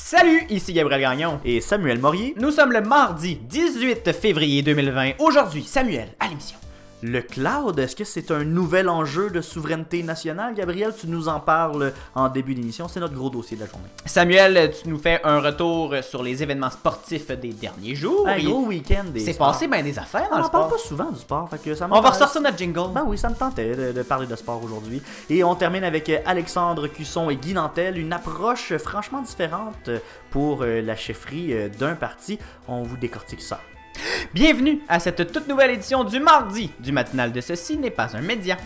Salut, ici Gabriel Gagnon. Et Samuel Morier. Nous sommes le mardi 18 février 2020. Aujourd'hui, Samuel, à l'émission. Le cloud, est-ce que c'est un nouvel enjeu de souveraineté nationale? Gabriel, tu nous en parles en début d'émission. C'est notre gros dossier de la journée. Samuel, tu nous fais un retour sur les événements sportifs des derniers jours. Un gros week-end des C'est sports. passé bien des affaires dans On le n'en parle sport. pas souvent du sport. Fait que ça On va ressortir notre jingle. Ben oui, ça me tentait de parler de sport aujourd'hui. Et on termine avec Alexandre Cusson et Guy Nantel, une approche franchement différente pour la chefferie d'un parti. On vous décortique ça. Bienvenue à cette toute nouvelle édition du mardi du matinal de Ceci n'est pas un média.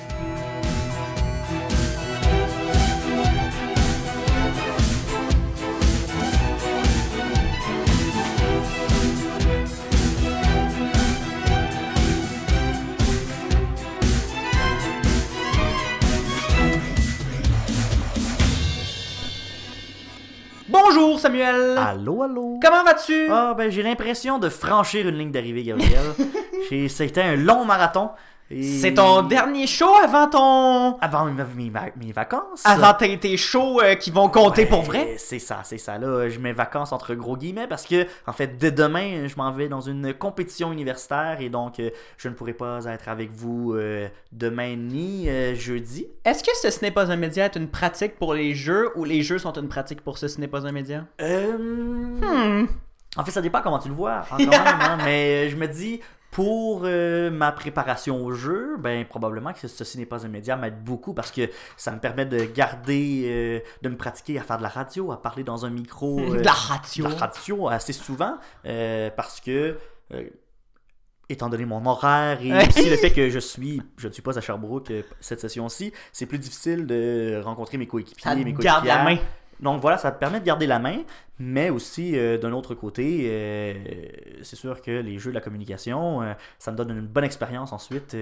Bonjour Samuel. Allô, allô. Comment vas-tu? Ah, ben j'ai l'impression de franchir une ligne d'arrivée, Gabriel. C'était un long marathon. Et... C'est ton dernier show avant ton... Avant mes vacances. Avant tes shows qui vont compter pour vrai? C'est ça. Là, je mets vacances entre gros guillemets parce que, en fait, dès demain, je m'en vais dans une compétition universitaire et donc je ne pourrai pas être avec vous demain ni jeudi. Est-ce que Ce n'est pas un média est une pratique pour les jeux ou les jeux sont une pratique pour Ce n'est pas un média? En fait, ça dépend comment tu le vois, quand même, hein, mais je me dis... Pour ma préparation au jeu, ben probablement que Ceci n'est pas un média m'aide beaucoup parce que ça me permet de garder, de me pratiquer à faire de la radio, à parler dans un micro. De la radio. De la radio assez souvent parce que, étant donné mon horaire et aussi le fait que je ne suis pas à Sherbrooke cette session-ci, c'est plus difficile de rencontrer mes coéquipiers, Ça mes garde la main. Donc voilà, ça te permet de garder la main, mais aussi d'un autre côté, c'est sûr que les jeux de la communication, ça me donne une bonne expérience ensuite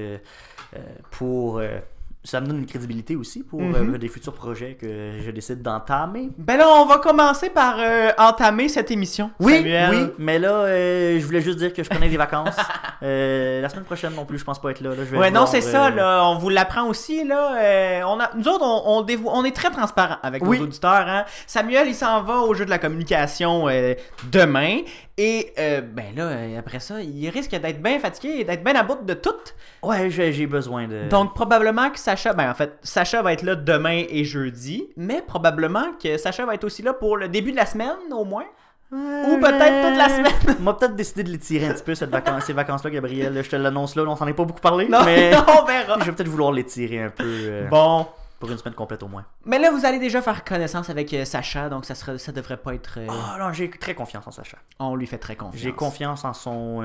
pour... ça me donne une crédibilité aussi pour des futurs projets que je décide d'entamer. Ben là, on va commencer par entamer cette émission, Samuel. Oui, mais là, je voulais juste dire que je prenais des vacances. La semaine prochaine non plus, je pense pas être là. Je vais Ouais, non, voir, c'est ça, là, on vous l'apprend aussi, là. Nous autres, on est très transparents avec nos auditeurs, hein. Samuel, il s'en va au jeu de la communication demain. Et, ben là, après ça, il risque d'être bien fatigué et d'être bien à bout de tout. Ouais, j'ai besoin de... Donc, probablement que Sacha va être là demain et jeudi, mais probablement que Sacha va être aussi là pour le début de la semaine, au moins. Ou peut-être toute la semaine. On va peut-être décider de l'étirer un petit peu, ces vacances-là, Gabriel. Je te l'annonce là, on s'en est pas beaucoup parlé, Non, mais on verra. Je vais peut-être vouloir l'étirer un peu. Bon. Pour une semaine complète au moins. Mais là, vous allez déjà faire connaissance avec Sacha, donc ça devrait pas être... Ah non, j'ai très confiance en Sacha. On lui fait très confiance. J'ai confiance en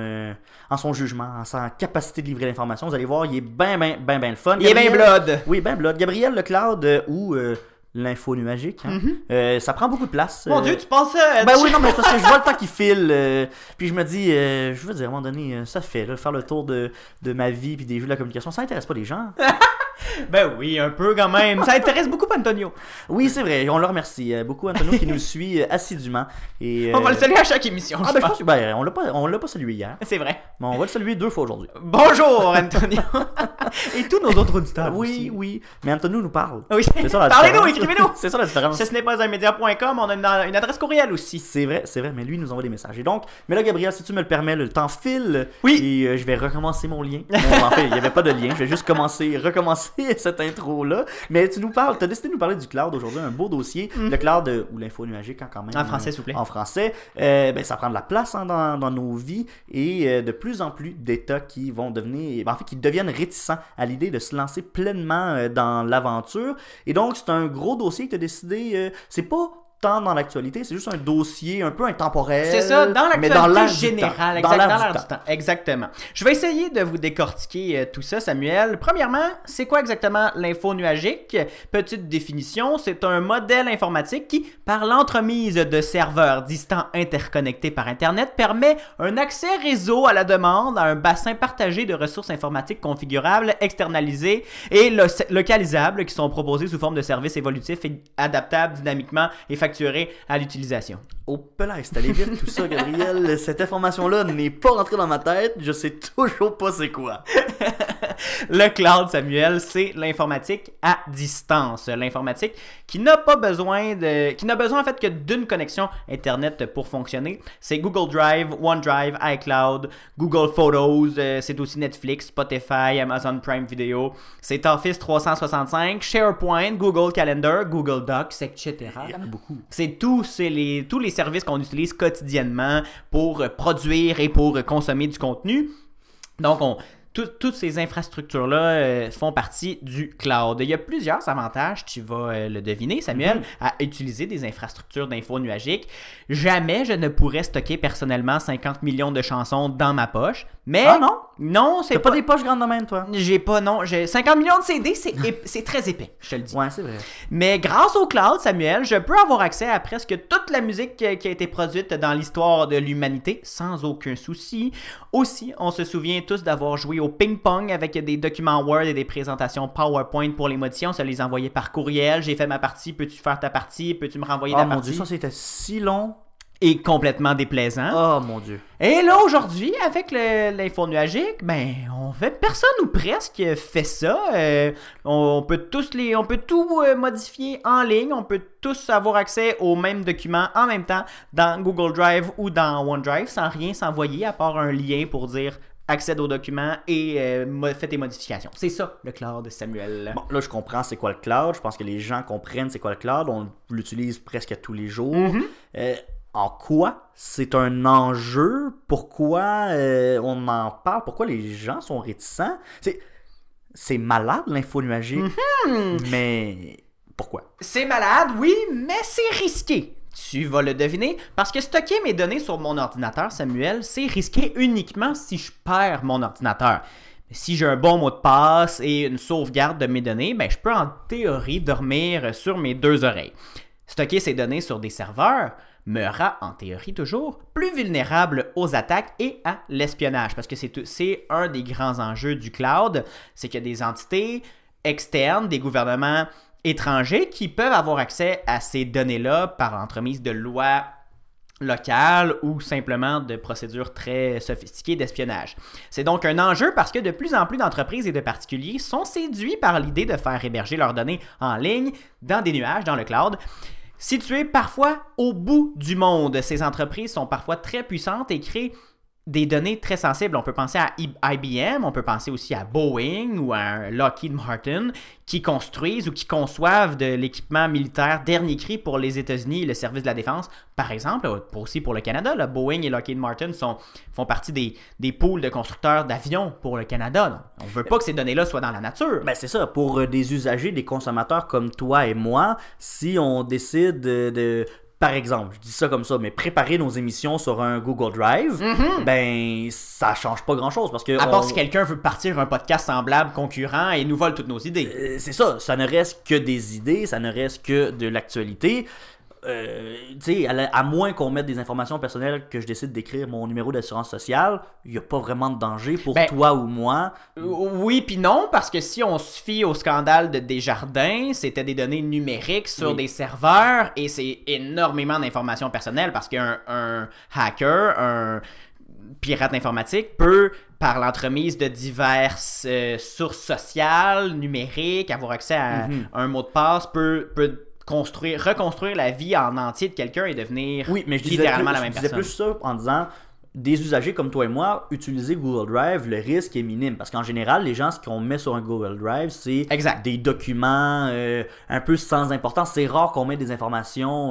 son jugement, en sa capacité de livrer l'information. Vous allez voir, il est bien le fun. Il est bien blood. Oui, bien blood. Gabriel Lecloud ou... l'info nuagique, hein. Ça prend beaucoup de place. Mon Dieu, tu penses Ben oui, non, mais c'est parce que je vois le temps qui file. Puis je me dis, je veux dire, à un moment donné, ça fait, là, faire le tour de ma vie puis des jeux de la communication, ça intéresse pas les gens. Ben oui, un peu quand même. Ça intéresse beaucoup Antonio. Oui, c'est vrai, on le remercie beaucoup, Antonio, qui nous suit assidûment. Et, on va le saluer à chaque émission. Je pense que, on l'a pas salué hier. C'est vrai. Mais on va le saluer 2 fois aujourd'hui. Bonjour, Antonio. Et tous nos autres auditeurs. Oui, oui. Mais Antonio nous parle. Oui. C'est ça la Parlez-nous, différence. écrivez-nous. C'est ça la différence. Ce n'est pas un média.com, on a une adresse courriel aussi. C'est vrai, mais lui, il nous envoie des messages. Et donc, mais là, Gabriel, si tu me le permets, le temps file. Oui. Et je vais recommencer mon lien. En fait, il n'y avait pas de lien. Je vais juste recommencer cette intro-là. Mais tu as décidé de nous parler du cloud aujourd'hui, un beau dossier. Le cloud, ou l'info nuagique, quand même. En français, s'il vous plaît. En français. Ben, ça prend de la place dans nos vies. Et de plus en plus d'États qui vont qui deviennent réticents à l'idée de se lancer pleinement dans l'aventure. Et donc, c'est un gros dossier que tu as décidé. C'est pas tant dans l'actualité, c'est juste un dossier un peu intemporel. C'est ça, dans l'actualité générale, dans l'air du temps. Exactement. Je vais essayer de vous décortiquer tout ça, Samuel. Premièrement, c'est quoi exactement l'info nuagique? Petite définition, c'est un modèle informatique qui, par l'entremise de serveurs distants interconnectés par Internet, permet un accès réseau à la demande à un bassin partagé de ressources informatiques configurables, externalisées et localisables qui sont proposées sous forme de services évolutifs et adaptables dynamiquement et facturé à l'utilisation. Oh, pelin, c'est allé vite tout ça, Gabriel. Cette information-là n'est pas rentrée dans ma tête. Je sais toujours pas c'est quoi. Le cloud, Samuel, c'est l'informatique à distance. L'informatique qui n'a besoin en fait que d'une connexion Internet pour fonctionner. C'est Google Drive, OneDrive, iCloud, Google Photos, c'est aussi Netflix, Spotify, Amazon Prime Video, c'est Office 365, SharePoint, Google Calendar, Google Docs, etc. Il y en a beaucoup. C'est tous les services qu'on utilise quotidiennement pour produire et pour consommer du contenu. Donc, toutes ces infrastructures-là font partie du cloud. Il y a plusieurs avantages, tu vas le deviner, Samuel, à utiliser des infrastructures d'info nuagique. Jamais je ne pourrais stocker personnellement 50 millions de chansons dans ma poche. Mais ah non? Non, c'est T'as pas des poches grandes de même, toi? J'ai pas, non. 50 millions de CD, c'est très épais, je te le dis. Ouais, c'est vrai. Mais grâce au cloud, Samuel, je peux avoir accès à presque toute la musique qui a été produite dans l'histoire de l'humanité, sans aucun souci. Aussi, on se souvient tous d'avoir joué au ping-pong avec des documents Word et des présentations PowerPoint pour les modifier. On se les envoyait par courriel. J'ai fait ma partie, peux-tu faire ta partie? Peux-tu me renvoyer ta Oh mon partie? Dieu, ça c'était si long. Et complètement déplaisant. Oh mon Dieu. Et là, aujourd'hui, avec l'info nuagique, personne ou presque fait ça. On peut tout modifier en ligne. On peut tous avoir accès aux mêmes documents en même temps dans Google Drive ou dans OneDrive sans rien s'envoyer à part un lien pour dire accède aux documents et fais tes modifications. C'est ça, le cloud, Samuel. Bon, là, je comprends c'est quoi le cloud. Je pense que les gens comprennent c'est quoi le cloud. On l'utilise presque tous les jours. En quoi c'est un enjeu? Pourquoi on en parle? Pourquoi les gens sont réticents? C'est malade, l'info nuagique. Mais pourquoi? C'est malade, oui, mais c'est risqué. Tu vas le deviner, parce que stocker mes données sur mon ordinateur, Samuel, c'est risqué uniquement si je perds mon ordinateur. Si j'ai un bon mot de passe et une sauvegarde de mes données, je peux en théorie dormir sur mes deux oreilles. Stocker ces données sur des serveurs me rend, en théorie toujours, plus vulnérable aux attaques et à l'espionnage. Parce que c'est un des grands enjeux du cloud, c'est qu'il y a des entités externes, des gouvernements étrangers qui peuvent avoir accès à ces données-là par l'entremise de lois locales ou simplement de procédures très sophistiquées d'espionnage. C'est donc un enjeu parce que de plus en plus d'entreprises et de particuliers sont séduits par l'idée de faire héberger leurs données en ligne dans des nuages, dans le cloud. Situées parfois au bout du monde, ces entreprises sont parfois très puissantes et créent des données très sensibles. On peut penser à IBM, on peut penser aussi à Boeing ou à Lockheed Martin qui construisent ou qui conçoivent de l'équipement militaire dernier cri pour les États-Unis et le service de la défense. Par exemple, aussi pour le Canada, là, Boeing et Lockheed Martin font partie des pools de constructeurs d'avions pour le Canada. Donc, on ne veut pas que ces données-là soient dans la nature. C'est ça. Pour des usagers, des consommateurs comme toi et moi, si on décide de par exemple, je dis ça comme ça, mais préparer nos émissions sur un Google Drive, ça change pas grand-chose parce que... À part si quelqu'un veut partir un podcast semblable, concurrent, et nous vole toutes nos idées. C'est ça, ça ne reste que des idées, ça ne reste que de l'actualité. À moins qu'on mette des informations personnelles que je décide d'écrire mon numéro d'assurance sociale, il n'y a pas vraiment de danger pour toi ou moi. Oui puis non, parce que si on se fie au scandale de Desjardins, c'était des données numériques sur des serveurs et c'est énormément d'informations personnelles parce qu'un hacker, un pirate informatique peut, par l'entremise de diverses sources sociales, numériques, avoir accès à un mot de passe, peut reconstruire la vie en entier de quelqu'un et devenir littéralement la même personne. Je disais plus ça en disant des usagers comme toi et moi, utiliser Google Drive, le risque est minime. Parce qu'en général, les gens, ce qu'on met sur un Google Drive, c'est des documents un peu sans importance. C'est rare qu'on mette des informations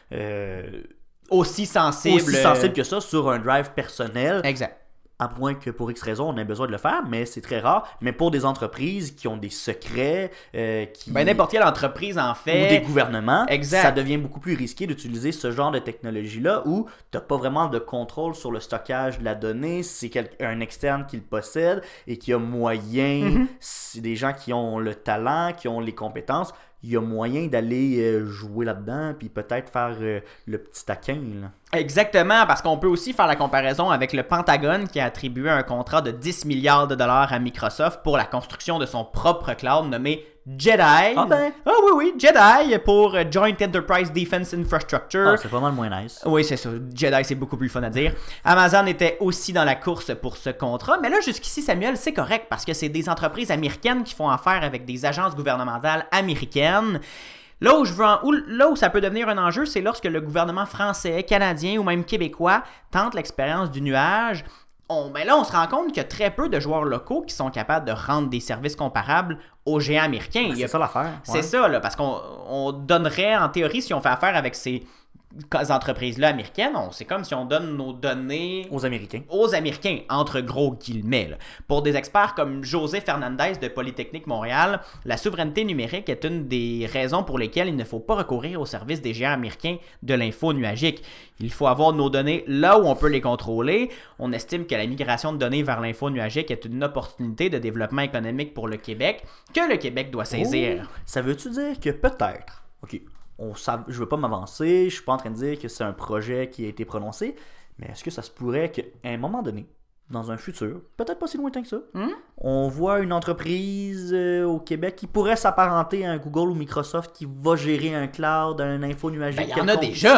aussi sensibles que ça sur un drive personnel. Exact. À moins que pour X raison, on ait besoin de le faire, mais c'est très rare. Mais pour des entreprises qui ont des secrets, n'importe quelle entreprise en fait. Ou des gouvernements, exact. Ça devient beaucoup plus risqué d'utiliser ce genre de technologie-là où tu n'as pas vraiment de contrôle sur le stockage de la donnée. C'est un externe qui le possède et qui a moyen, c'est des gens qui ont le talent, qui ont les compétences, il y a moyen d'aller jouer là-dedans puis peut-être faire le petit taquin, là. Exactement, parce qu'on peut aussi faire la comparaison avec le Pentagone qui a attribué un contrat de 10 milliards de dollars à Microsoft pour la construction de son propre cloud nommé Jedi. Ah ben. Ah oui, Jedi pour Joint Enterprise Defense Infrastructure. Ah, c'est pas mal moins nice. Oui, c'est ça. Jedi, c'est beaucoup plus fun à dire. Amazon était aussi dans la course pour ce contrat, mais là, jusqu'ici, Samuel, c'est correct parce que c'est des entreprises américaines qui font affaire avec des agences gouvernementales américaines. Là où ça peut devenir un enjeu, c'est lorsque le gouvernement français, canadien ou même québécois tente l'expérience du nuage. Là, on se rend compte qu'il y a très peu de joueurs locaux qui sont capables de rendre des services comparables aux géants américains. C'est ça l'affaire. Ouais. C'est ça, là, parce qu'on donnerait, en théorie, si on fait affaire avec ces entreprises-là américaines, c'est comme si on donne nos données aux Américains, entre gros guillemets. Là. Pour des experts comme José Fernandez de Polytechnique Montréal, la souveraineté numérique est une des raisons pour lesquelles il ne faut pas recourir au service des géants américains de l'info nuagique. Il faut avoir nos données là où on peut les contrôler. On estime que la migration de données vers l'info nuagique est une opportunité de développement économique pour le Québec que le Québec doit saisir. Ça veut-tu dire que peut-être, OK, je veux pas m'avancer, je suis pas en train de dire que c'est un projet qui a été prononcé, mais est-ce que ça se pourrait qu'à un moment donné, dans un futur, peut-être pas si lointain que ça, on voit une entreprise au Québec qui pourrait s'apparenter à un Google ou Microsoft qui va gérer un cloud, un info nuagique. Il y en a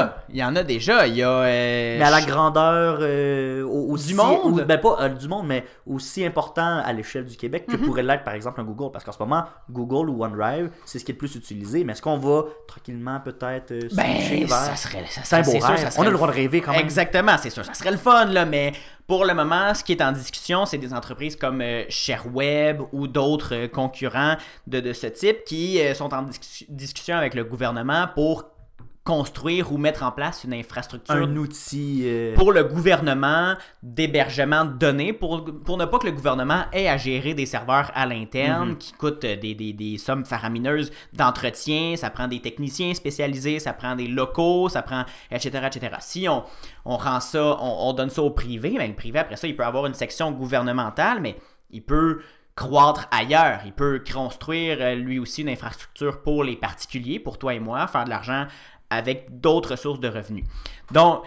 déjà. Il y a, mais à la grandeur aussi, du monde. Pas du monde, mais aussi important à l'échelle du Québec que pourrait l'être par exemple un Google. Parce qu'en ce moment, Google ou OneDrive, c'est ce qui est le plus utilisé. Mais est-ce qu'on va tranquillement peut-être switcher vers... C'est un beau rêve. On a le droit de rêver quand même. Exactement, c'est sûr. Ça serait le fun, là, mais pour le moment, ce qui est en discussion, c'est des entreprises comme ShareWeb ou d'autres concurrents de ce type qui sont en discussion avec le gouvernement pour construire ou mettre en place une infrastructure, un outil pour le gouvernement d'hébergement de données pour ne pas que le gouvernement ait à gérer des serveurs à l'interne qui coûtent des sommes faramineuses d'entretien. Ça prend des techniciens spécialisés, ça prend des locaux, ça prend etc. Si on rend ça, on donne ça au privé, mais le privé après ça, il peut avoir une section gouvernementale, mais il peut croître ailleurs. Il peut construire lui aussi une infrastructure pour les particuliers, pour toi et moi, faire de l'argent avec d'autres sources de revenus. Donc,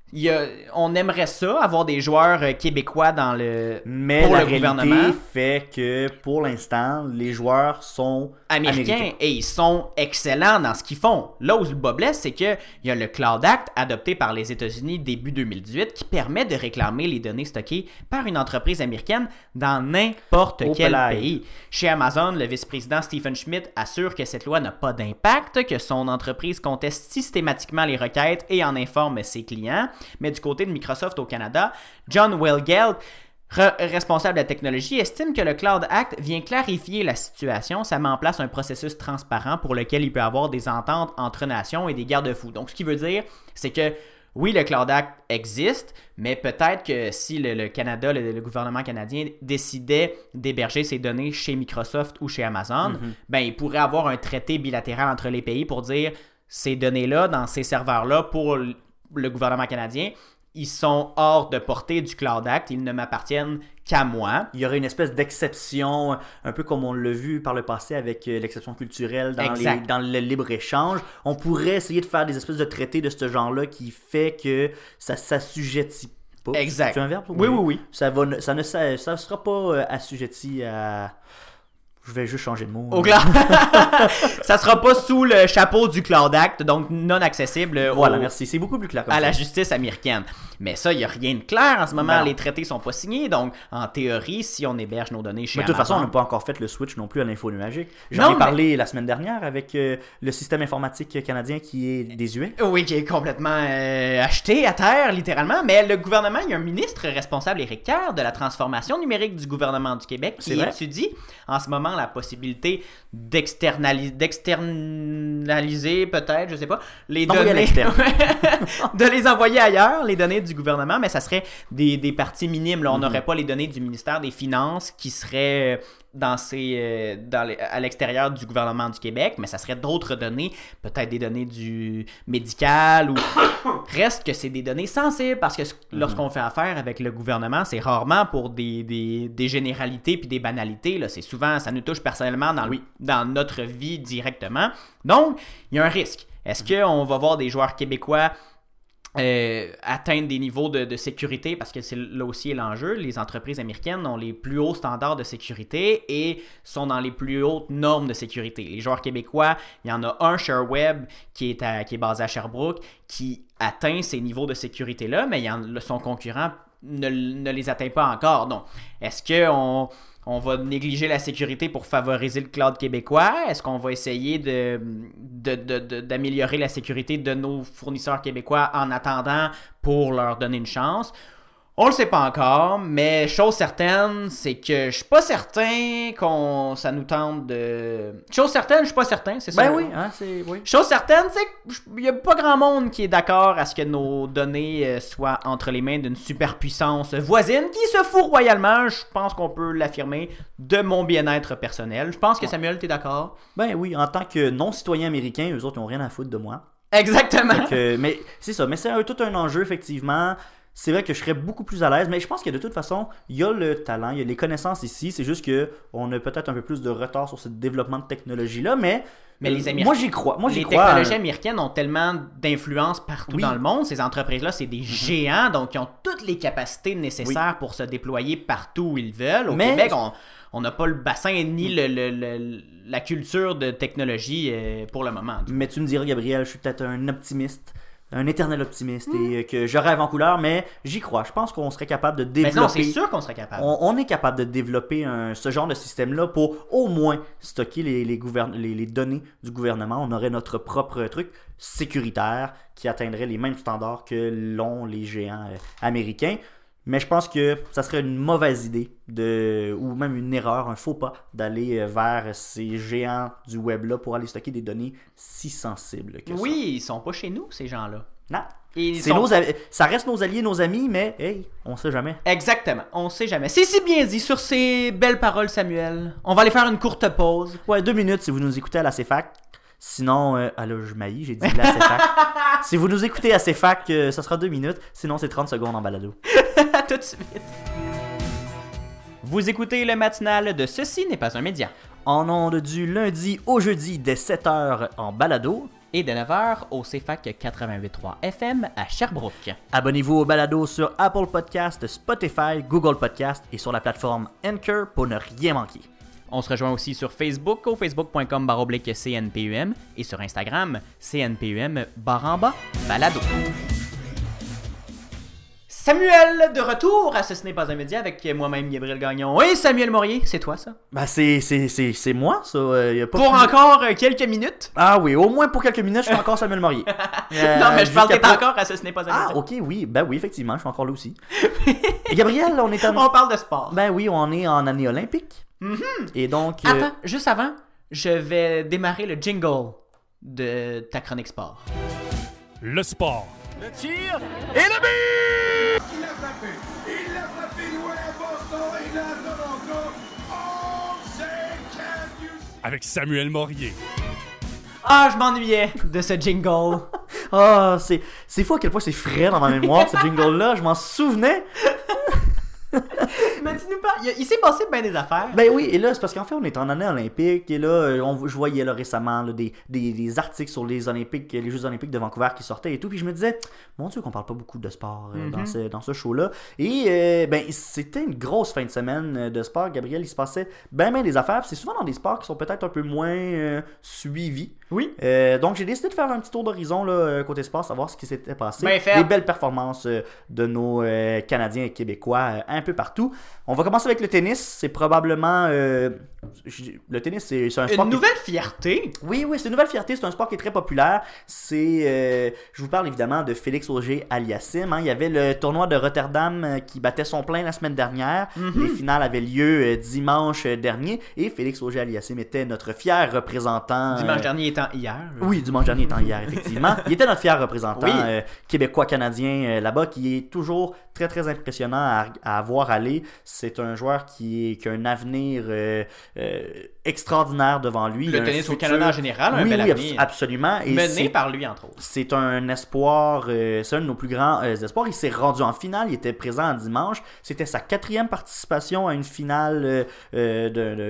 on aimerait ça, avoir des joueurs québécois dans le mais la réalité fait que, pour l'instant, les joueurs sont américains. Et ils sont excellents dans ce qu'ils font. Là où le bas blesse, c'est qu'il y a le Cloud Act adopté par les États-Unis début 2018 qui permet de réclamer les données stockées par une entreprise américaine dans n'importe quel pays. Chez Amazon, le vice-président Stephen Schmidt assure que cette loi n'a pas d'impact, que son entreprise conteste systématiquement les requêtes et en informe ses clients. Mais du côté de Microsoft au Canada, John Welgeld, responsable de la technologie, estime que le Cloud Act vient clarifier la situation. Ça met en place un processus transparent pour lequel il peut y avoir des ententes entre nations et des garde-fous. Donc, ce qui veut dire, c'est que oui, le Cloud Act existe, mais peut-être que si le Canada, le gouvernement canadien décidait d'héberger ses données chez Microsoft ou chez Amazon, il pourrait avoir un traité bilatéral entre les pays pour dire ces données-là, dans ces serveurs-là, pour le gouvernement canadien, ils sont hors de portée du Cloud Act, ils ne m'appartiennent qu'à moi. Il y aurait une espèce d'exception, un peu comme on l'a vu par le passé avec l'exception culturelle dans le libre-échange. On pourrait essayer de faire des espèces de traités de ce genre-là qui fait que ça s'assujettit pas. Exact. C'est un verbe? Oui. Ça ne sera pas assujetti à... Je vais juste changer de mot. Ça sera pas sous le chapeau du Cloud Act, donc non accessible merci. C'est beaucoup plus clair comme à la justice américaine. Mais ça, il n'y a rien de clair en ce moment. Les traités sont pas signés, donc en théorie, si on héberge nos données chez Amazon... Mais de toute façon, on n'a pas encore fait le switch non plus à l'info nuagique. J'en ai parlé la semaine dernière avec le système informatique canadien qui est désuet. Oui, qui est complètement acheté à terre, littéralement. Mais le gouvernement, il y a un ministre responsable, Éric Kerr, de la transformation numérique du gouvernement du Québec, qui étudie en ce moment la possibilité d'externaliser peut-être, je sais pas, les données, de les envoyer ailleurs, les données du gouvernement, mais ça serait des parties minimes. Là. On n'aurait pas les données du ministère des Finances qui seraient à l'extérieur du gouvernement du Québec, mais ça serait d'autres données, peut-être des données du médical ou reste que c'est des données sensibles parce que lorsqu'on fait affaire avec le gouvernement, c'est rarement pour des généralités puis des banalités. Là. C'est souvent, ça nous touche personnellement dans notre vie directement. Donc, il y a un risque. Est-ce qu'on va voir des joueurs québécois atteindre des niveaux de sécurité, parce que c'est là aussi l'enjeu. Les entreprises américaines ont les plus hauts standards de sécurité et sont dans les plus hautes normes de sécurité. Les joueurs québécois, il y en a un, ShareWeb, qui est basé à Sherbrooke, qui atteint ces niveaux de sécurité-là, mais son concurrent ne les atteint pas encore. Donc, est-ce qu'on va négliger la sécurité pour favoriser le cloud québécois? Est-ce qu'on va essayer d'améliorer la sécurité de nos fournisseurs québécois en attendant pour leur donner une chance? On le sait pas encore, mais chose certaine, c'est que je suis pas certain ça nous tente de... Chose certaine, je suis pas certain, c'est ça? Ben oui, hein, oui. Chose certaine, c'est qu'il y a pas grand monde qui est d'accord à ce que nos données soient entre les mains d'une superpuissance voisine qui se fout royalement, je pense qu'on peut l'affirmer, de mon bien-être personnel. Je pense que Samuel, t'es d'accord? Ben oui, en tant que non-citoyen américain, eux autres, ils ont rien à foutre de moi. Exactement! Mais c'est ça, mais c'est tout un enjeu, effectivement. C'est vrai que je serais beaucoup plus à l'aise, mais je pense que de toute façon, il y a le talent, il y a les connaissances ici. C'est juste qu'on a peut-être un peu plus de retard sur ce développement de technologie-là, mais les moi j'y crois. Les technologies américaines ont tellement d'influence partout dans le monde. Ces entreprises-là, c'est des géants, donc ils ont toutes les capacités nécessaires pour se déployer partout où ils veulent. Au Québec, on n'a pas le bassin ni la culture de technologie pour le moment. Mais tu me diras, Gabriel, je suis peut-être un optimiste. Un éternel optimiste et que je rêve en couleur, mais j'y crois. Je pense qu'on serait capable de développer... Mais non, c'est sûr qu'on serait capable. On est capable de développer ce genre de système-là pour au moins stocker les données du gouvernement. On aurait notre propre truc sécuritaire qui atteindrait les mêmes standards que l'ont les géants américains. Mais je pense que ça serait une mauvaise idée ou même une erreur, un faux pas, d'aller vers ces géants du web-là pour aller stocker des données si sensibles que ça. Oui, ils sont pas chez nous, ces gens-là. Non. Ça reste nos alliés, nos amis, mais hey, on sait jamais. Exactement, on sait jamais. C'est si bien dit sur ces belles paroles, Samuel. On va aller faire une courte pause. Ouais, 2 minutes si vous nous écoutez à la CFAC. Sinon, là, je maillis, j'ai dit la CFAC. Si vous nous écoutez à CFAC, ça sera 2 minutes. Sinon, c'est 30 secondes en balado. Tout de suite. Vous écoutez le matinal de Ceci n'est pas un média. En ondes du lundi au jeudi dès 7h en balado. Et de 9h au CFAC 88.3 FM à Sherbrooke. Abonnez-vous au balado sur Apple Podcast, Spotify, Google Podcast et sur la plateforme Anchor pour ne rien manquer. On se rejoint aussi sur Facebook au facebook.com/CNPUM et sur Instagram CNPUM_balado. Samuel, de retour à Ce n'est pas un média avec moi-même Gabriel Gagnon. Et Samuel Morier, c'est toi ça? Ben c'est moi ça. Y a pas pour encore quelques minutes? Ah oui, au moins pour quelques minutes, je suis encore Samuel Morier. Non, mais je parle que t'es encore à Ce n'est pas un média. Ah ok, oui, ben oui, effectivement, je suis encore là aussi. Et Gabriel, on parle de sport. Ben oui, on est en année olympique. Mm-hmm. Et donc... Attends, juste avant, je vais démarrer le jingle de ta chronique sport. Le sport. Le tir et le but! Il l'a frappé loin à Boston et là à Toronto. Oh, c'est avec Samuel Morier. Ah, je m'ennuyais de ce jingle. Ah, c'est fou à quel point c'est frais dans ma mémoire, ce jingle-là. Je m'en souvenais. Mais dis-nous pas, il s'est passé bien des affaires. Ben oui, et là, c'est parce qu'en fait, on est en année olympique, et là, je voyais là, récemment là, des articles sur les Jeux olympiques de Vancouver qui sortaient et tout, puis je me disais, mon Dieu, qu'on parle pas beaucoup de sport dans ce show-là. Et ben, c'était une grosse fin de semaine de sport, Gabriel, il se passait bien des affaires, puis c'est souvent dans des sports qui sont peut-être un peu moins suivis. Oui. Donc j'ai décidé de faire un petit tour d'horizon là, côté sport, savoir ce qui s'était passé. Des belles performances de nos Canadiens et Québécois un peu partout. On va commencer avec le tennis. C'est probablement... le tennis, c'est un sport... Une nouvelle fierté. Oui, c'est une nouvelle fierté. C'est un sport qui est très populaire. Je vous parle évidemment de Félix Auger-Aliassime. Hein. Il y avait le tournoi de Rotterdam qui battait son plein la semaine dernière. Mm-hmm. Les finales avaient lieu dimanche dernier. Et Félix Auger-Aliassime était notre fier représentant... Dimanche dernier étant hier. Oui, dimanche dernier étant hier, effectivement. Il était notre fier représentant québécois-canadien là-bas, qui est toujours très, très impressionnant à voir aller. C'est un joueur qui a un avenir extraordinaire devant lui. Le tennis au Canada en général a un bel avenir. Absolument. Et mené par lui, entre autres. C'est un espoir, c'est un de nos plus grands espoirs. Il s'est rendu en finale, il était présent dimanche. C'était sa 4e participation à une finale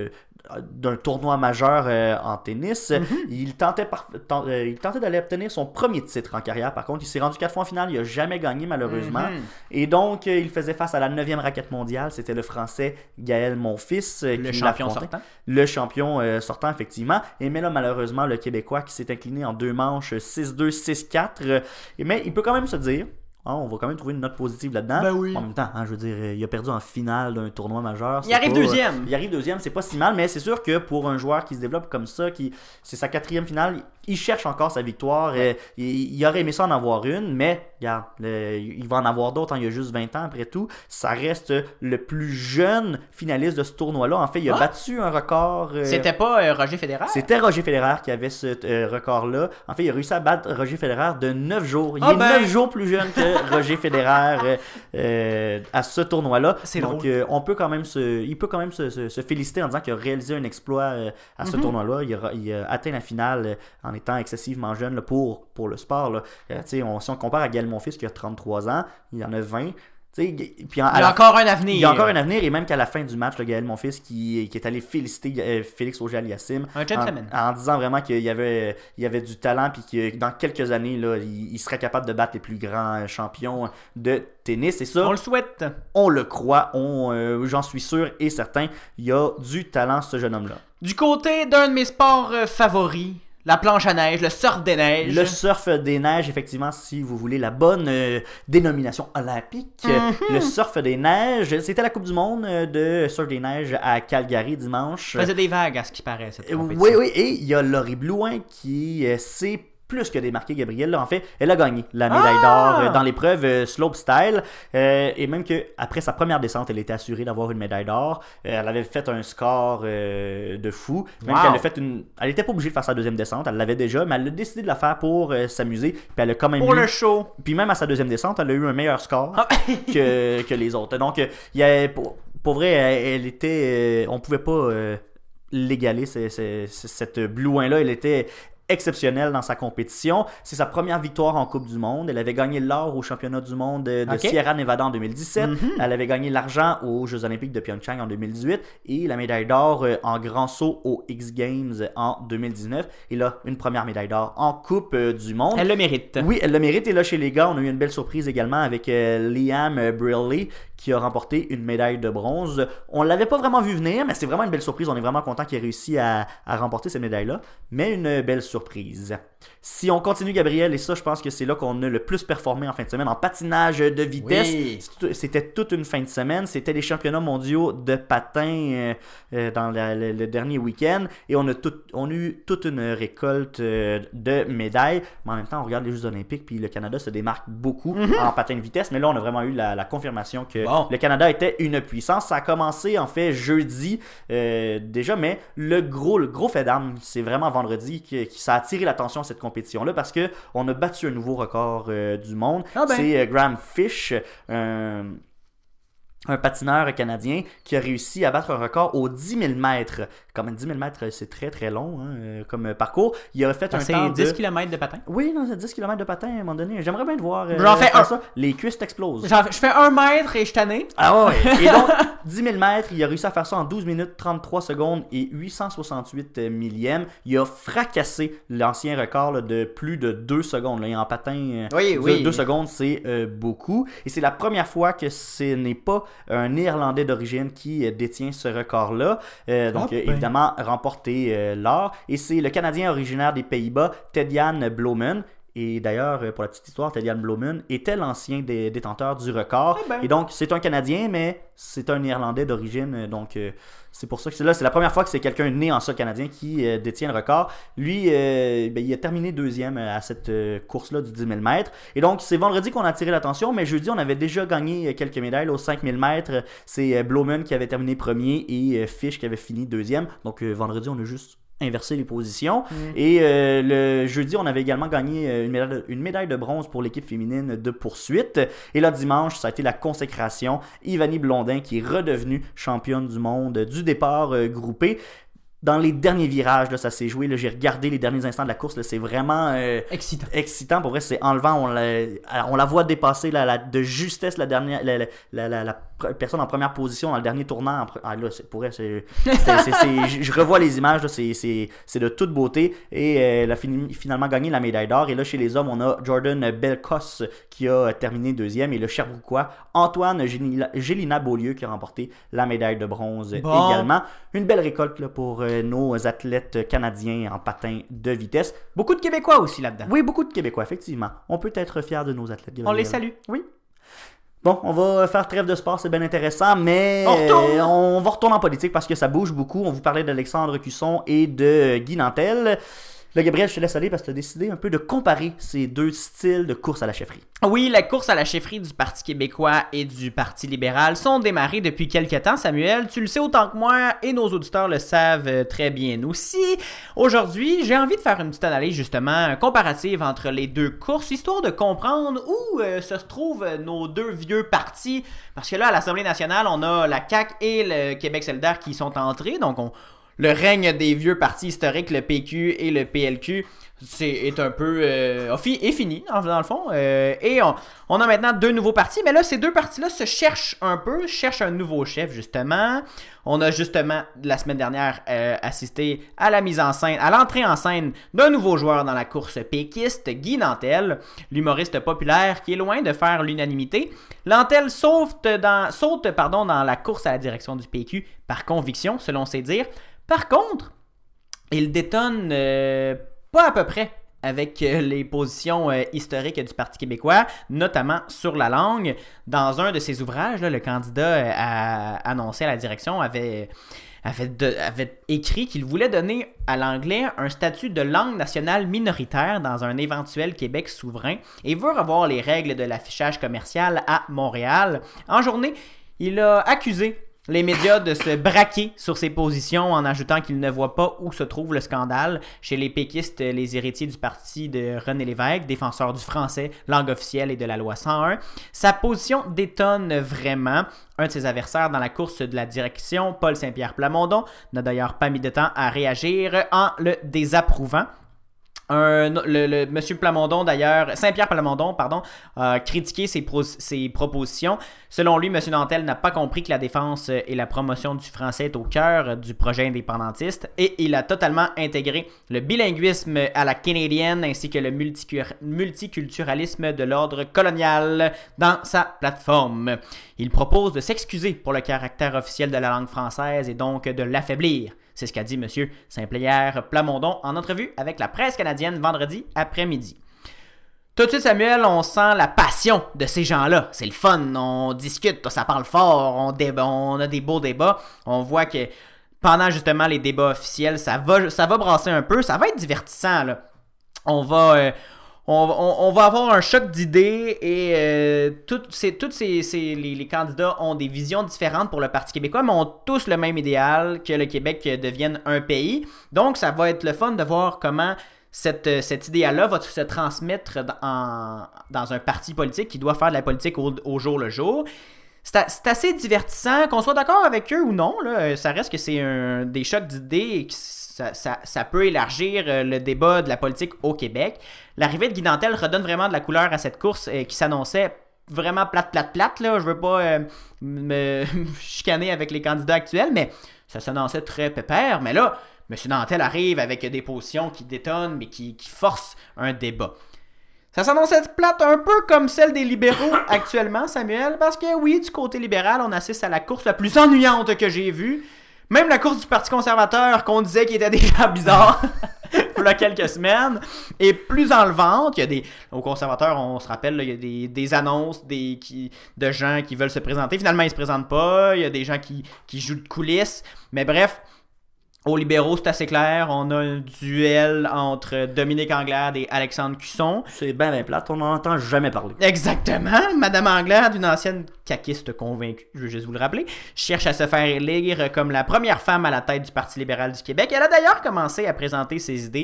d'un tournoi majeur en tennis. Il tentait d'aller obtenir son premier titre en carrière. Par contre, il s'est rendu 4 fois en finale. Il n'a jamais gagné, malheureusement. Et donc, il faisait face à la 9e raquette mondiale. C'était le Français Gaël Monfils. Le champion sortant. Le champion sortant, effectivement. Et mais là, malheureusement, le Québécois qui s'est incliné en 2 manches 6-2, 6-4. Mais il peut quand même se dire... on va quand même trouver une note positive là-dedans. Ben oui. En même temps, je veux dire, il a perdu en finale d'un tournoi majeur. Il arrive deuxième. Il arrive deuxième, c'est pas si mal, mais c'est sûr que pour un joueur qui se développe comme ça, c'est sa 4e finale, il cherche encore sa victoire. Il aurait aimé ça en avoir une, mais regarde, il va en avoir d'autres. Il y a juste 20 ans après tout. Ça reste le plus jeune finaliste de ce tournoi-là. En fait, il a battu un record. C'était pas Roger Federer? C'était Roger Federer qui avait ce record-là. En fait, il a réussi à battre Roger Federer de 9 jours. Il est 9 jours plus jeune que Roger Federer à ce tournoi-là. C'est donc il peut quand même se féliciter en disant qu'il a réalisé un exploit à ce tournoi-là. Il a atteint la finale en étant excessivement jeune là, pour le sport. Là. Si on compare à Gaël Monfils qui a 33 ans, il en a 20. Puis il a encore un avenir. Il y a encore un avenir, et même qu'à la fin du match, le Gaël Monfils qui est allé féliciter Félix Auger-Aliassime un gentleman. En disant vraiment qu'il y avait du talent, puis que dans quelques années, là, il serait capable de battre les plus grands champions de tennis. Et ça, on le souhaite. On le croit, j'en suis sûr et certain. Il y a du talent, ce jeune homme-là. Du côté d'un de mes sports favoris, la planche à neige, le surf des neiges. Le surf des neiges, effectivement, si vous voulez la bonne dénomination olympique. Le surf des neiges, c'était la Coupe du monde de surf des neiges à Calgary dimanche. Ça faisait des vagues à ce qui paraît, cette compétition. Oui, et il y a Laurie Blouin qui s'est plus que démarqué Gabrielle. Là, en fait, elle a gagné la médaille d'or dans l'épreuve slopestyle. Et même qu'après sa première descente, elle était assurée d'avoir une médaille d'or. Elle avait fait un score de fou. Même qu'elle a fait elle n'était pas obligée de faire sa deuxième descente. Elle l'avait déjà, mais elle a décidé de la faire pour s'amuser. Puis elle a quand même le show. Puis même à sa deuxième descente, elle a eu un meilleur score que les autres. Donc, il y a, pour vrai, elle était... on pouvait pas l'égaler, cette Blouin-là. Elle était exceptionnelle dans sa compétition. C'est sa première victoire en Coupe du Monde. Elle avait gagné l'or au championnat du monde de Sierra Nevada en 2017. Elle avait gagné l'argent aux Jeux olympiques de Pyeongchang en 2018 et la médaille d'or en grand saut aux X Games en 2019. Et là, une première médaille d'or en Coupe du monde. Elle le mérite. Oui, elle le mérite. Et là, chez les gars, on a eu une belle surprise également avec Liam Brilley qui a remporté une médaille de bronze. On ne l'avait pas vraiment vu venir, mais c'est vraiment une belle surprise. On est vraiment content qu'il ait réussi à remporter cette médaille-là. Mais une belle surprise. Si on continue, Gabriel, et ça, je pense que c'est là qu'on a le plus performé en fin de semaine, en patinage de vitesse. Oui. C'était toute une fin de semaine. C'était les championnats mondiaux de patin dans le dernier week-end. Et on a eu toute une récolte de médailles. Mais en même temps, on regarde les Jeux olympiques, puis le Canada se démarque beaucoup en patin de vitesse. Mais là, on a vraiment eu la confirmation que le Canada était une puissance. Ça a commencé, en fait, jeudi déjà, mais le gros fait d'armes, c'est vraiment vendredi que ça a attiré l'attention à cette compétition-là parce qu'on a battu un nouveau record du monde. C'est Graham Fish, un patineur canadien qui a réussi à battre un record aux 10 000 mètres. Comme 10 000 mètres, c'est très très long comme parcours. Il a fait un temps de... 10 km de patin? Oui, non, c'est 10 km de patin à un moment donné. J'aimerais bien te voir j'en fais ça. Les cuisses t'explosent. Je fais 1 mètre et je tanné. Ah ouais. Et donc, 10 000 mètres, il a réussi à faire ça en 12 minutes 33 secondes et 868 millièmes. Il a fracassé l'ancien record là, de plus de 2 secondes. Là. En patin, 2 secondes, c'est beaucoup. Et c'est la première fois que ce n'est pas un Néerlandais d'origine qui détient ce record-là. Évidemment, remporté l'or. Et c'est le Canadien originaire des Pays-Bas, Ted-Jan Bloemen. Et d'ailleurs, pour la petite histoire, Ted-Jan Bloemen était l'ancien détenteur du record. Et donc, c'est un Canadien, mais c'est un Néerlandais d'origine. Donc, c'est pour ça que c'est la première fois que c'est quelqu'un né en sol canadien qui détient le record. Lui, il a terminé deuxième à cette course-là du 10 000 mètres. Et donc, c'est vendredi qu'on a attiré l'attention, mais jeudi, on avait déjà gagné quelques médailles. Aux 5 000 mètres, c'est Bloemen qui avait terminé premier et Fish qui avait fini deuxième. Donc, vendredi, on a juste inverser les positions. Et le jeudi, on avait également gagné une médaille de bronze pour l'équipe féminine de poursuite. Et là, dimanche, ça a été la consécration. Ivanie Blondin qui est redevenue championne du monde du départ groupé. dans les derniers virages, là, ça s'est joué. Là, j'ai regardé les derniers instants de la course. Là, c'est vraiment excitant. Pour vrai, c'est enlevant. On la voit dépasser de justesse la personne en première position dans le dernier tournant. Là, pour vrai, je revois les images. Là, c'est de toute beauté. Et elle a finalement gagné la médaille d'or. Et là, chez les hommes, on a Jordan Belkos qui a terminé deuxième. Et le Sherbrookois Antoine Gélina Beaulieu qui a remporté la médaille de bronze également. Une belle récolte là, pour nos athlètes canadiens en patin de vitesse. Beaucoup de Québécois aussi là-dedans. Oui, beaucoup de Québécois, effectivement. On peut être fiers de nos athlètes. On les salue. Oui. Bon, on va faire trêve de sport, c'est bien intéressant, mais on va retourner en politique parce que ça bouge beaucoup. On vous parlait d'Alexandre Cusson et de Guy Nantel. Là, Gabriel, je te laisse aller parce que tu as décidé un peu de comparer ces deux styles de course à la chefferie. Oui, la course à la chefferie du Parti québécois et du Parti libéral sont démarrées depuis quelques temps, Samuel. Tu le sais autant que moi et nos auditeurs le savent très bien aussi. Aujourd'hui, j'ai envie de faire une petite analyse justement comparative entre les deux courses, histoire de comprendre où se trouvent nos deux vieux partis. Parce que là, à l'Assemblée nationale, on a la CAQ et le Québec solidaire qui sont entrés, donc le règne des vieux partis historiques, le PQ et le PLQ, est un peu est fini dans le fond. Et on a maintenant deux nouveaux partis, mais là, ces deux partis-là se cherchent un nouveau chef, justement. On a justement, la semaine dernière, assisté à l'entrée en scène d'un nouveau joueur dans la course péquiste, Guy Nantel, l'humoriste populaire qui est loin de faire l'unanimité. Nantel saute dans la course à la direction du PQ par conviction, selon ses dires. Par contre, il détonne pas à peu près avec les positions historiques du Parti québécois, notamment sur la langue. Dans un de ses ouvrages, là, le candidat annoncé à la direction avait écrit qu'il voulait donner à l'anglais un statut de langue nationale minoritaire dans un éventuel Québec souverain et veut revoir les règles de l'affichage commercial à Montréal. En journée, il a accusé les médias de se braquer sur ses positions en ajoutant qu'ils ne voient pas où se trouve le scandale chez les péquistes, les héritiers du parti de René Lévesque, défenseurs du français, langue officielle et de la loi 101. Sa position détonne vraiment. Un de ses adversaires dans la course de la direction, Paul Saint-Pierre Plamondon, n'a d'ailleurs pas mis de temps à réagir en le désapprouvant. Monsieur Plamondon, d'ailleurs, Saint-Pierre Plamondon, a critiqué ses propositions. Selon lui, monsieur Nantel n'a pas compris que la défense et la promotion du français est au cœur du projet indépendantiste et il a totalement intégré le bilinguisme à la canadienne ainsi que le multiculturalisme de l'ordre colonial dans sa plateforme. Il propose de s'excuser pour le caractère officiel de la langue française et donc de l'affaiblir. C'est ce qu'a dit M. Saint-Pierre Plamondon en entrevue avec la presse canadienne vendredi après-midi. Tout de suite, Samuel, on sent la passion de ces gens-là. C'est le fun, on discute, ça parle fort, on a des beaux débats. On voit que pendant justement les débats officiels, ça va brasser un peu, ça va être divertissant, là. On va avoir un choc d'idées et les candidats ont des visions différentes pour le Parti québécois, mais ont tous le même idéal, que le Québec devienne un pays. Donc, ça va être le fun de voir comment cet idéal-là va se transmettre dans un parti politique qui doit faire de la politique au jour le jour. C'est assez divertissant, qu'on soit d'accord avec eux ou non, là, ça reste que c'est des chocs d'idées et que ça peut élargir le débat de la politique au Québec. L'arrivée de Guy Nantel redonne vraiment de la couleur à cette course qui s'annonçait vraiment plate, là. Je veux pas me chicaner avec les candidats actuels, mais ça s'annonçait très pépère. Mais là, M. Nantel arrive avec des positions qui détonnent, mais qui forcent un débat. Ça s'annonçait plate un peu comme celle des libéraux actuellement, Samuel, parce que oui, du côté libéral, on assiste à la course la plus ennuyante que j'ai vue. Même la course du Parti conservateur, qu'on disait qu'il était déjà bizarre il y a quelques semaines, est plus enlevante. Aux conservateurs, on se rappelle, là, il y a des annonces de gens qui veulent se présenter. Finalement, ils se présentent pas. Il y a des gens qui jouent de coulisses. Mais bref, aux libéraux, c'est assez clair. On a un duel entre Dominique Anglade et Alexandre Cusson. C'est bien plate, on n'en entend jamais parler. Exactement. Madame Anglade, une ancienne caquiste convaincue, je veux juste vous le rappeler, cherche à se faire élire comme la première femme à la tête du Parti libéral du Québec. Elle a d'ailleurs commencé à présenter ses idées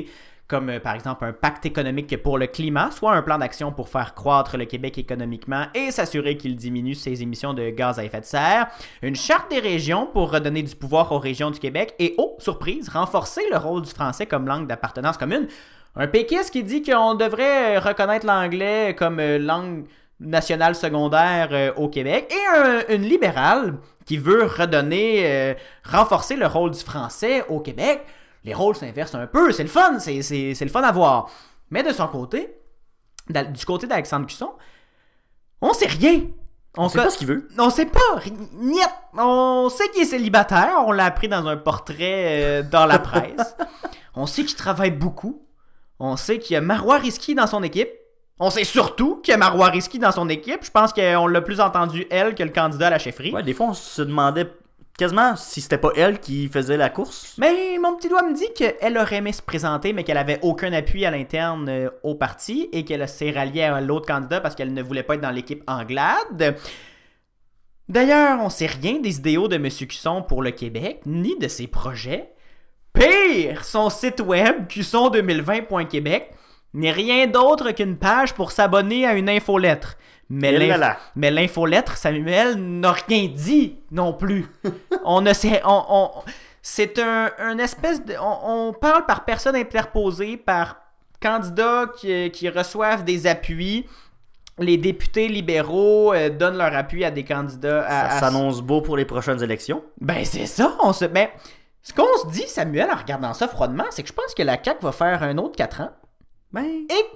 comme par exemple un pacte économique pour le climat, soit un plan d'action pour faire croître le Québec économiquement et s'assurer qu'il diminue ses émissions de gaz à effet de serre, une charte des régions pour redonner du pouvoir aux régions du Québec et, oh, surprise, renforcer le rôle du français comme langue d'appartenance commune. Un péquiste qui dit qu'on devrait reconnaître l'anglais comme langue nationale secondaire au Québec et une libérale qui veut renforcer le rôle du français au Québec. Les rôles s'inversent un peu, c'est le fun, c'est le fun à voir. Mais de son côté, du côté d'Alexandre Cusson, on sait rien. On sait pas ce qu'il veut. On sait pas. Niet. On sait qu'il est célibataire, on l'a appris dans un portrait dans la presse. On sait qu'il travaille beaucoup. On sait qu'il y a Marois Risky dans son équipe. On sait surtout qu'il y a Marois Risky dans son équipe. Je pense qu'on l'a plus entendu elle que le candidat à la chefferie. Ouais, des fois, on se demandait quasiment si c'était pas elle qui faisait la course. Mais mon petit doigt me dit qu'elle aurait aimé se présenter, mais qu'elle avait aucun appui à l'interne au parti et qu'elle s'est ralliée à l'autre candidat parce qu'elle ne voulait pas être dans l'équipe Anglade. D'ailleurs, on sait rien des idéaux de M. Cusson pour le Québec, ni de ses projets. Pire, son site web, cusson2020.québec, n'est rien d'autre qu'une page pour s'abonner à une infolettre. Mais l'infolettre, Samuel, n'a rien dit non plus. C'est un espèce de... On parle par personne interposée, par candidats qui reçoivent des appuis. Les députés libéraux donnent leur appui à des candidats... Ça s'annonce beau pour les prochaines élections. Ben c'est ça, ben, ce qu'on se dit, Samuel, en regardant ça froidement, c'est que je pense que la CAQ va faire un autre 4 ans. Ben... Et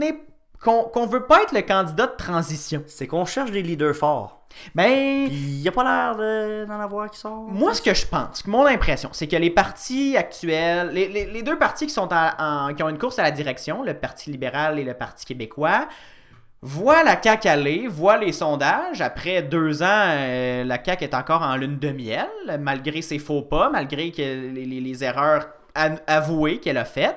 qu'on veut pas être le candidat de transition. C'est qu'on cherche des leaders forts. Ben... Il n'y a pas l'air d'en avoir qui sort. Moi, ce que je pense, mon impression, c'est que les partis actuels, les deux partis qui ont une course à la direction, le Parti libéral et le Parti québécois, voient la CAQ aller, voient les sondages. Après 2 ans, la CAQ est encore en lune de miel, malgré ses faux pas, malgré que les erreurs avouées qu'elle a faites.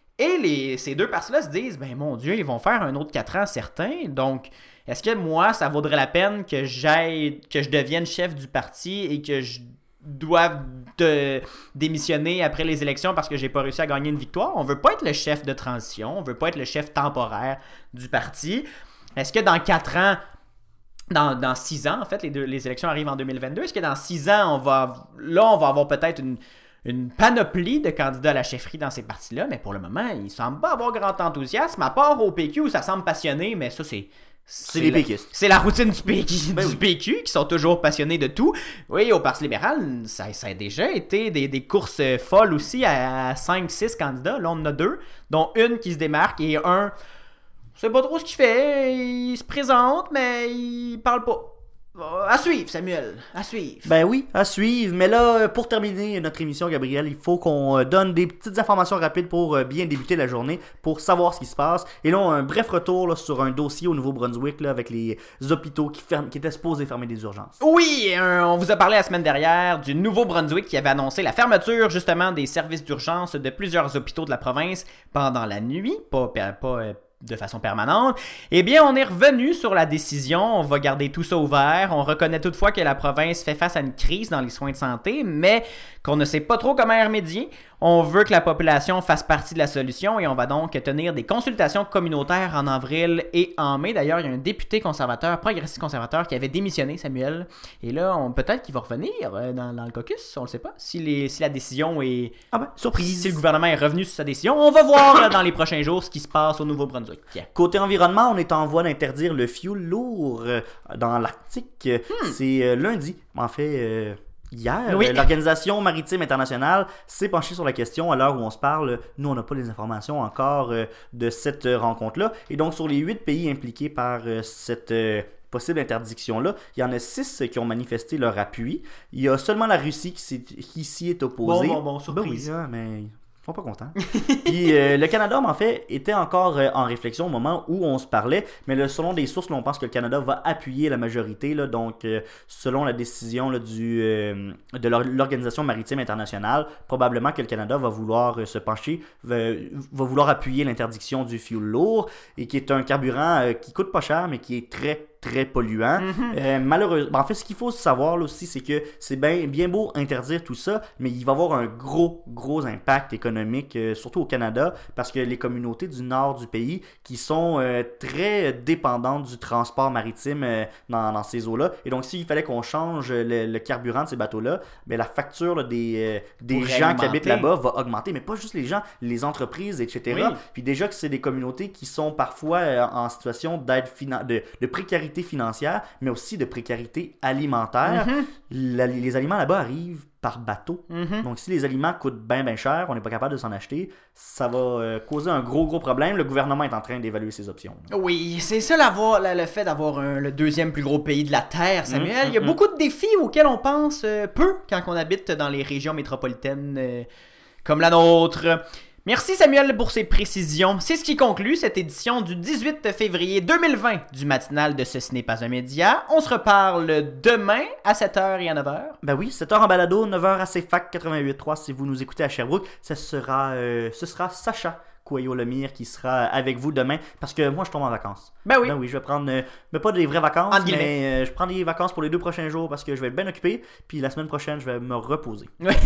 Et ces deux partis-là se disent, ben mon Dieu, ils vont faire un autre 4 ans certains. Donc, est-ce que moi, ça vaudrait la peine que je devienne chef du parti et que je doive démissionner après les élections parce que j'ai pas réussi à gagner une victoire? On veut pas être le chef de transition, on veut pas être le chef temporaire du parti. Est-ce que dans 4 ans, dans 6 ans, en fait, les élections arrivent en 2022, est-ce que dans 6 ans, on va avoir peut-être une panoplie de candidats à la chefferie dans ces partis-là, mais pour le moment, il ne semble pas avoir grand enthousiasme, à part au PQ où ça semble passionné, mais ça, c'est les péquistes. C'est la routine du PQ qui sont toujours passionnés de tout. Oui, au Parti libéral, ça a déjà été des courses folles aussi à 5-6 candidats. Là, on en a 2, dont une qui se démarque et un, je sais pas trop ce qu'il fait, il se présente, mais il parle pas. À suivre, Samuel, à suivre. Ben oui, à suivre. Mais là, pour terminer notre émission, Gabriel, il faut qu'on donne des petites informations rapides pour bien débuter la journée, pour savoir ce qui se passe. Et là, un bref retour là, sur un dossier au Nouveau-Brunswick là, avec les hôpitaux qui étaient supposés fermer des urgences. Oui, on vous a parlé la semaine dernière du Nouveau-Brunswick qui avait annoncé la fermeture justement des services d'urgence de plusieurs hôpitaux de la province pendant la nuit, pas de façon permanente. Eh bien, on est revenu sur la décision, on va garder tout ça ouvert. On reconnaît toutefois que la province fait face à une crise dans les soins de santé, mais qu'on ne sait pas trop comment y remédier. On veut que la population fasse partie de la solution et on va donc tenir des consultations communautaires en avril et en mai. D'ailleurs, il y a un député conservateur, progressiste conservateur, qui avait démissionné, Samuel. Et là, peut-être qu'il va revenir dans le caucus, on le sait pas. Si la décision est... Ah ben, surprise! Si le gouvernement est revenu sur sa décision, on va voir dans les prochains jours ce qui se passe au Nouveau-Brunswick. Yeah. Côté environnement, on est en voie d'interdire le fioul lourd dans l'Arctique. C'est lundi, en fait... Hier, oui. L'Organisation maritime internationale s'est penchée sur la question à l'heure où on se parle. Nous, on n'a pas les informations encore de cette rencontre-là. Et donc, sur les 8 pays impliqués par cette possible interdiction-là, il y en a 6 qui ont manifesté leur appui. Il y a seulement la Russie qui s'y est opposée. Bon, surprise. Ben oui, mais... Ils sont pas contents. Puis le Canada, en fait, était encore en réflexion au moment où on se parlait, mais là, selon des sources, là, on pense que le Canada va appuyer la majorité. Là, donc, selon la décision là, de l'Organisation maritime internationale, probablement que le Canada va vouloir se pencher, va vouloir appuyer l'interdiction du fioul lourd, et qui est un carburant qui coûte pas cher, mais qui est très très polluant. Malheureusement, en fait, ce qu'il faut savoir là aussi, c'est que c'est bien beau interdire tout ça, mais il va y avoir un gros impact économique, surtout au Canada, parce que les communautés du nord du pays qui sont très dépendantes du transport maritime dans ces eaux-là. Et donc, s'il fallait qu'on change le carburant de ces bateaux-là, ben, la facture là, des gens qui habitent là-bas va augmenter, mais pas juste les gens, les entreprises, etc. Oui. Puis déjà que c'est des communautés qui sont parfois en situation de précarité financière, mais aussi de précarité alimentaire. Les aliments là-bas arrivent par bateau. Donc, si les aliments coûtent bien cher, on n'est pas capable de s'en acheter, ça va causer un gros problème. Le gouvernement est en train d'évaluer ses options. Oui, c'est ça le fait d'avoir le deuxième plus gros pays de la Terre, Samuel. Il y a beaucoup de défis auxquels on pense peu quand on habite dans les régions métropolitaines comme la nôtre. Merci Samuel pour ces précisions. C'est ce qui conclut cette édition du 18 février 2020 du matinal de Ce n'est pas un média. On se reparle demain à 7h et à 9h. Ben oui, 7h en balado, 9h à CFAC 88.3 si vous nous écoutez à Sherbrooke. Ce sera Sacha Coelho-Lemire qui sera avec vous demain parce que moi je tombe en vacances. Ben oui. Ben oui, je vais prendre, mais pas des vraies vacances, Entre guillemets. mais je prends des vacances pour les 2 prochains jours parce que je vais être bien occupé. Puis la semaine prochaine, je vais me reposer.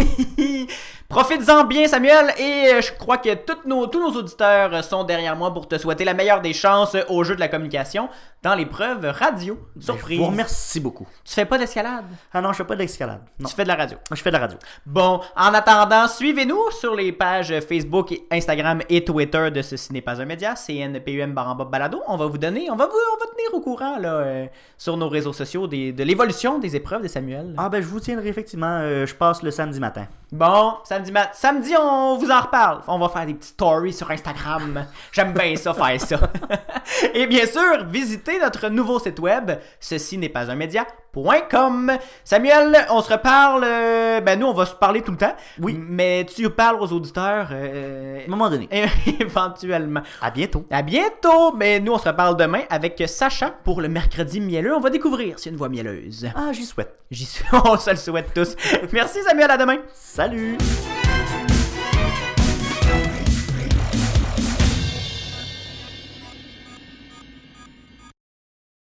Profites-en bien Samuel et je crois que tous nos auditeurs sont derrière moi pour te souhaiter la meilleure des chances au jeu de la communication dans l'épreuve radio. Surprise. Je vous remercie beaucoup. Tu fais pas d'escalade? Ah non, je fais pas d'escalade. Non. Tu fais de la radio. Je fais de la radio. Bon, en attendant, suivez-nous sur les pages Facebook, Instagram et Twitter de Ce n'est pas un média, CNPUM/balado. On va tenir au courant là, sur nos réseaux sociaux de l'évolution des épreuves de Samuel. Ah ben je vous tiendrai effectivement, je passe le samedi matin. Bon, samedi on vous en reparle. On va faire des petites stories sur Instagram. J'aime bien ça, faire ça. Et bien sûr, visitez notre nouveau site web, ceci n'est pas un média.com. Samuel, on se reparle. Nous, on va se parler tout le temps. Oui. Mais tu parles aux auditeurs. À un moment donné. Éventuellement. À bientôt. À bientôt. Mais nous, on se reparle demain avec Sacha pour le mercredi mielleux. On va découvrir si une voix mielleuse. Ah, j'y souhaite. On se le souhaite tous. Merci Samuel, à demain. Salut!